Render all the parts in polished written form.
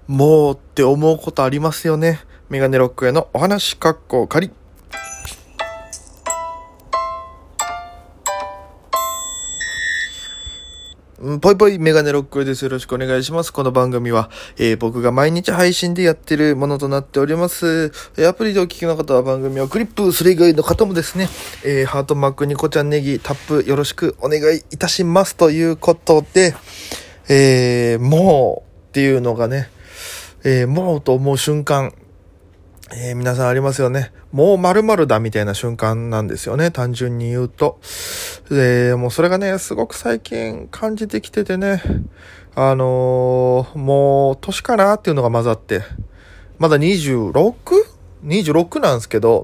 もうって思うことありますよね。メガネロックへのお話かっこ仮。ぽいぽいメガネロックです。よろしくお願いします。この番組は、僕が毎日配信でやってるものとなっております。アプリでお聞きの方は番組をクリップ、それ以外の方もですね、ハートマーク、ニコちゃんネギ、タップよろしくお願いいたしますということで、もうっていうのがね、もうと思う瞬間、皆さんありますよね。もう〇〇だみたいな瞬間なんですよね。単純に言うと。もうそれがね、すごく最近感じてきててね。もう年かなっていうのが混ざって。まだ 26?26 なんですけど、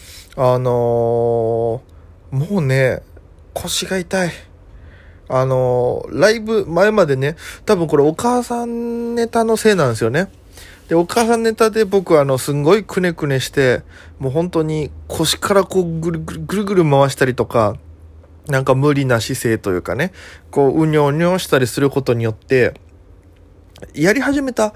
もうね、腰が痛い。ライブ前までね、多分これお母さんネタのせいなんですよね。で、お母さんネタで僕すんごいくねくねして、もう本当に腰からこうぐるぐる回したりとか、なんか無理な姿勢というかね、こううにょうにょしたりすることによって、やり始めた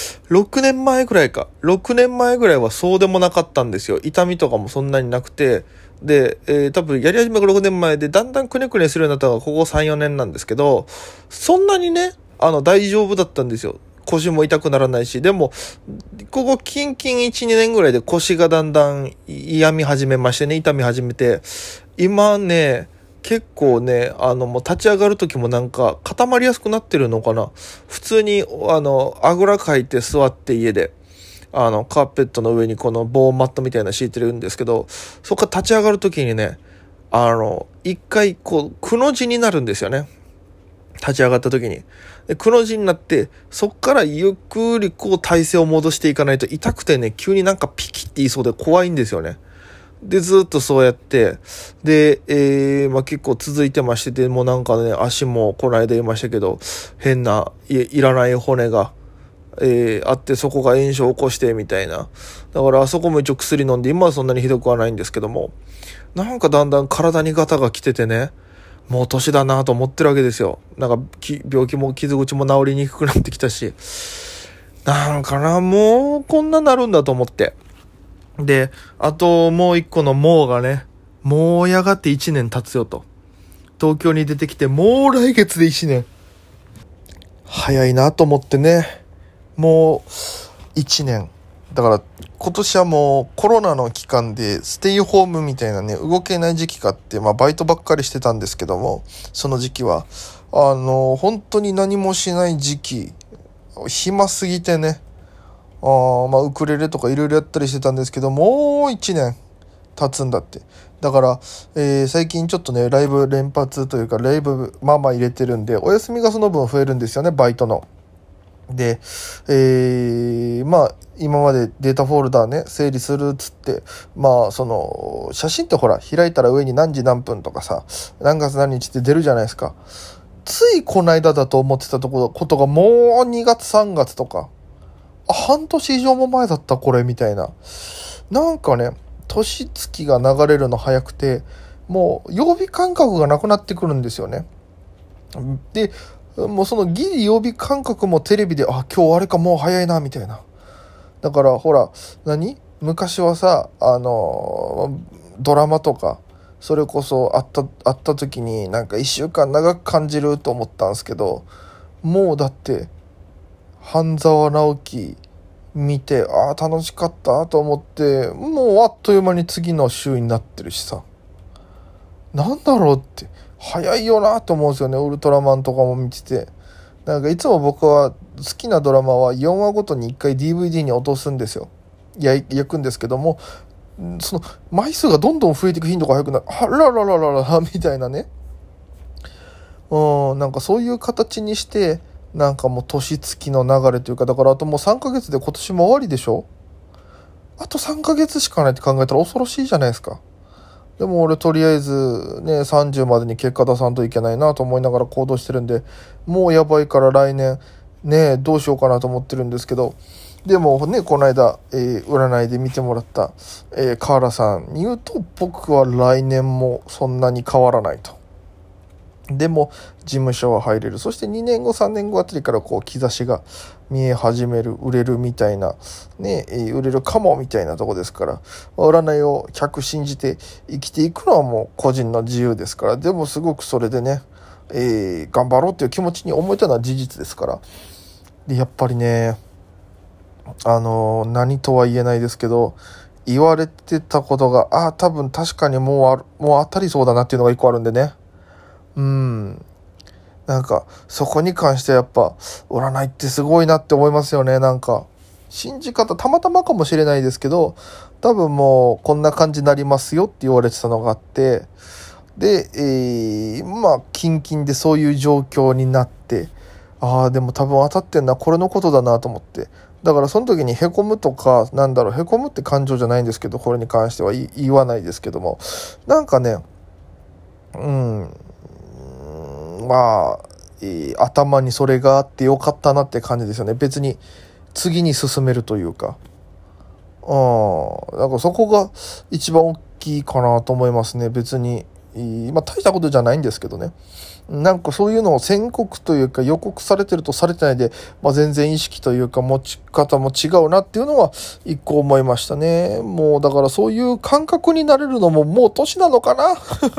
6年前ぐらいか。6年前ぐらいはそうでもなかったんですよ。痛みとかもそんなになくて。で、多分やり始めが6年前で、だんだんくねくねするようになったのがここ3、4年なんですけど、そんなにね、大丈夫だったんですよ。腰も痛くならないし、でも、ここキンキン1、2年ぐらいで腰がだんだん病み始めましてね、痛み始めて、今ね、結構ね、もう立ち上がるときもなんか固まりやすくなってるのかな。普通に、あぐらかいて座って家で、カーペットの上にこの棒マットみたいなの敷いてるんですけど、そこから立ち上がるときにね、一回こう、くの字になるんですよね。立ち上がった時に。で、くの字になって、そっからゆっくりこう体勢を戻していかないと痛くてね、急になんかピキって言いそうで怖いんですよね。で、ずっとそうやって、で、結構続いてまして、でもなんかね、足もこの間言いましたけど、変ないらない骨が、あって、そこが炎症を起こして、みたいな。だから、あそこも一応薬飲んで、今はそんなにひどくはないんですけども、なんかだんだん体にガタが来ててね、もう年だなと思ってるわけですよ。なんか病気も傷口も治りにくくなってきたし、なんかな、もうこんななるんだと思って。で、あともう一個のもうがね、もうやがて1年経つよと。東京に出てきてもう来月で1年。早いなと思ってね。もう1年。だから今年はもうコロナの期間でステイホームみたいなね、動けない時期があって、バイトばっかりしてたんですけども、その時期は本当に何もしない時期、暇すぎてね、ウクレレとかいろいろやったりしてたんですけど、もう1年経つんだって。だから、最近ちょっとね、ライブ連発というか、ライブ入れてるんで、お休みがその分増えるんですよね、バイトの。で、今までデータフォルダーね、整理するっつって、写真ってほら、開いたら上に何時何分とかさ、何月何日って出るじゃないですか。ついこの間だと思ってたことがもう2月3月とか、半年以上も前だったこれみたいな。なんかね、年月が流れるの早くて、もう曜日感覚がなくなってくるんですよね。で、もうそのギリ曜日感覚もテレビで、今日あれかもう早いな、みたいな。だからほら、昔はさ、ドラマとか、それこそあった時になんか一週間長く感じると思ったんですけど、もうだって、半沢直樹見て、楽しかったと思って、もうあっという間に次の週になってるしさ。なんだろうって。早いよなと思うんですよね。ウルトラマンとかも見てて。なんかいつも僕は好きなドラマは4話ごとに1回 DVD に落とすんですよ。焼くんですけども、その枚数がどんどん増えていく頻度が速くなる。あらららららみたいなね。なんかそういう形にして、なんかもう年月の流れというか、だからあともう3ヶ月で今年も終わりでしょ。あと3ヶ月しかないって考えたら恐ろしいじゃないですか。でも俺とりあえずね、30までに結果出さんといけないなと思いながら行動してるんで、もうやばいから来年ね、どうしようかなと思ってるんですけど、でもね、この間、占いで見てもらった、河原さんに言うと、僕は来年もそんなに変わらないと。 でも事務所は入れる。そして2年後3年後あたりからこう兆しが見え始める、売れるみたいなね、売れるかもみたいなとこですから、占いを100信じて生きていくのはもう個人の自由ですから。でもすごくそれでね、頑張ろうっていう気持ちに思えたのは事実ですから。でやっぱりね、何とは言えないですけど、言われてたことが多分確かにもう当たりそうだなっていうのが一個あるんでね。なんかそこに関してやっぱ占いってすごいなって思いますよね。なんか信じ方たまたまかもしれないですけど、多分もうこんな感じになりますよって言われてたのがあって、で、キンキンでそういう状況になって、でも多分当たってんな、これのことだなと思って。だからその時にへこむとか、へこむって感情じゃないんですけど、これに関しては言わないですけども、なんかね、頭にそれがあってよかったなって感じですよね。別に次に進めるというか。なんかそこが一番大きいかなと思いますね。別に。大したことじゃないんですけどね。なんかそういうのを宣告というか予告されてるとされてないで、全然意識というか持ち方も違うなっていうのは一個思いましたね。もうだからそういう感覚になれるのももう年なのかな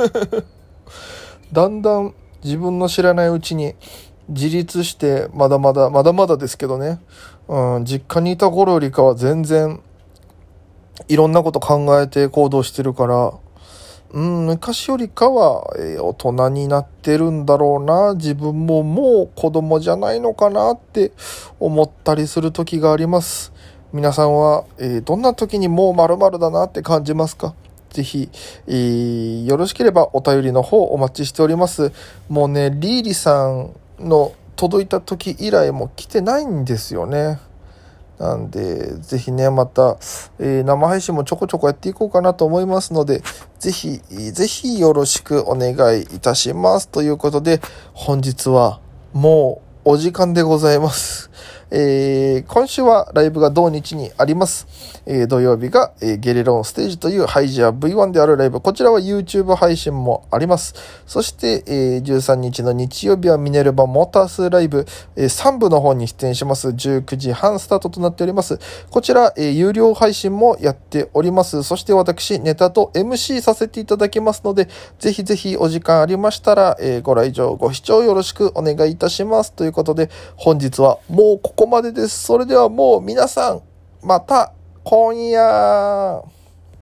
だんだん自分の知らないうちに自立してまだまだですけどね、実家にいた頃よりかは全然いろんなこと考えて行動してるから、昔よりかは、大人になってるんだろうな、自分ももう子供じゃないのかなって思ったりする時があります。皆さんは、どんな時にもう〇〇だなって感じますか？ぜひ、よろしければお便りの方お待ちしております。もうね、リーリさんの届いた時以来も来てないんですよね。なんで、ぜひね、また、生配信もちょこちょこやっていこうかなと思いますので、ぜひよろしくお願いいたします。ということで、本日はもうお時間でございます。今週はライブが同日にあります。土曜日が、ゲレロンステージというハイジア V1 であるライブ。こちらは YouTube 配信もあります。そして、13日の日曜日はミネルヴァモータースライブ、3部の方に出演します。19時半スタートとなっております。こちら、有料配信もやっております。そして私、ネタと MC させていただきますので、ぜひぜひお時間ありましたら、ご来場、ご視聴よろしくお願いいたします。ということで、本日はもうここまでです。それではもう皆さん、また今夜。